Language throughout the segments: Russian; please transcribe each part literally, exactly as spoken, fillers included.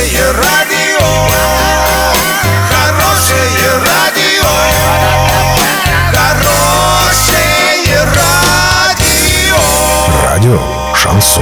Хорошее радио, хорошее радио, хорошее радио. Радио Шансон.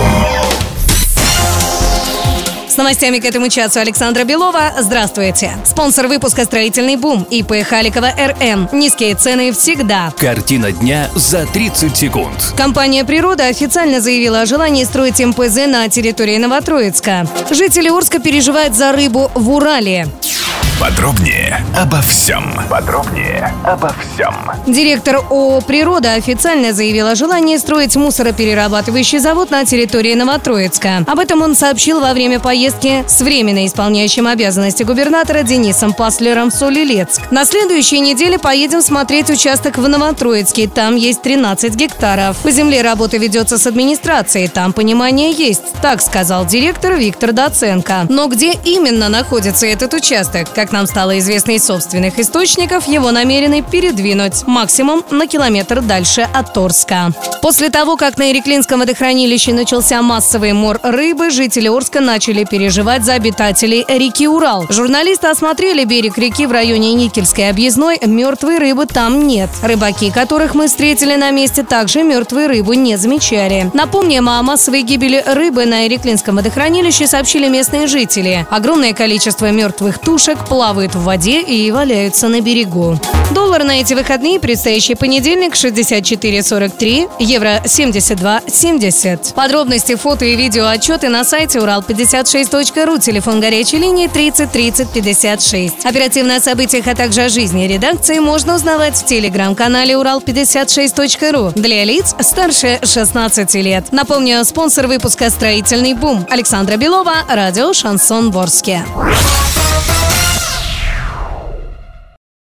С новостями к этому часу Александра Белова. Здравствуйте. Спонсор выпуска «Строительный бум» ИП Халикова РМ. Низкие цены всегда. Картина дня за тридцать секунд. Компания «Природа» официально заявила о желании строить эм пэ зэ на территории Новотроицка. Жители Орска переживают за рыбу в Урале. Подробнее обо всем. Подробнее обо всем. Директор ООО «Природа» официально заявил о желании строить мусороперерабатывающий завод на территории Новотроицка. Об этом он сообщил во время поездки с временно исполняющим обязанности губернатора Денисом Паслером в Соль-Илецк. На следующей неделе поедем смотреть участок в Новотроицке. Там есть тринадцать гектаров. По земле работа ведется с администрацией. Там понимание есть. Так сказал директор Виктор Доценко. Но где именно находится этот участок? Как нам стало известно из собственных источников, его намерены передвинуть максимум на километр дальше от Орска. После того, как на Иреклинском водохранилище начался массовый мор рыбы, жители Орска начали переживать за обитателей реки Урал. Журналисты осмотрели берег реки в районе Никельской объездной. Мертвой рыбы там нет. Рыбаки, которых мы встретили на месте, также мертвую рыбу не замечали. Напомним, о массовой гибели рыбы на Иреклинском водохранилище сообщили местные жители. Огромное количество мертвых тушек плавают в воде и валяются на берегу. Доллар на эти выходные, предстоящий понедельник, шестьдесят четыре сорок три, евро семьдесят два семьдесят. Подробности, фото и видео отчеты на сайте урал пятьдесят шесть точка ру, телефон горячей линии тридцать тридцать пятьдесят шесть. Оперативно о событиях, а также о жизни редакции можно узнавать в телеграм-канале урал пятьдесят шесть точка ру для лиц старше шестнадцати лет. Напомню, спонсор выпуска «Строительный бум». Александра Белова, радио «Шансон Ворске».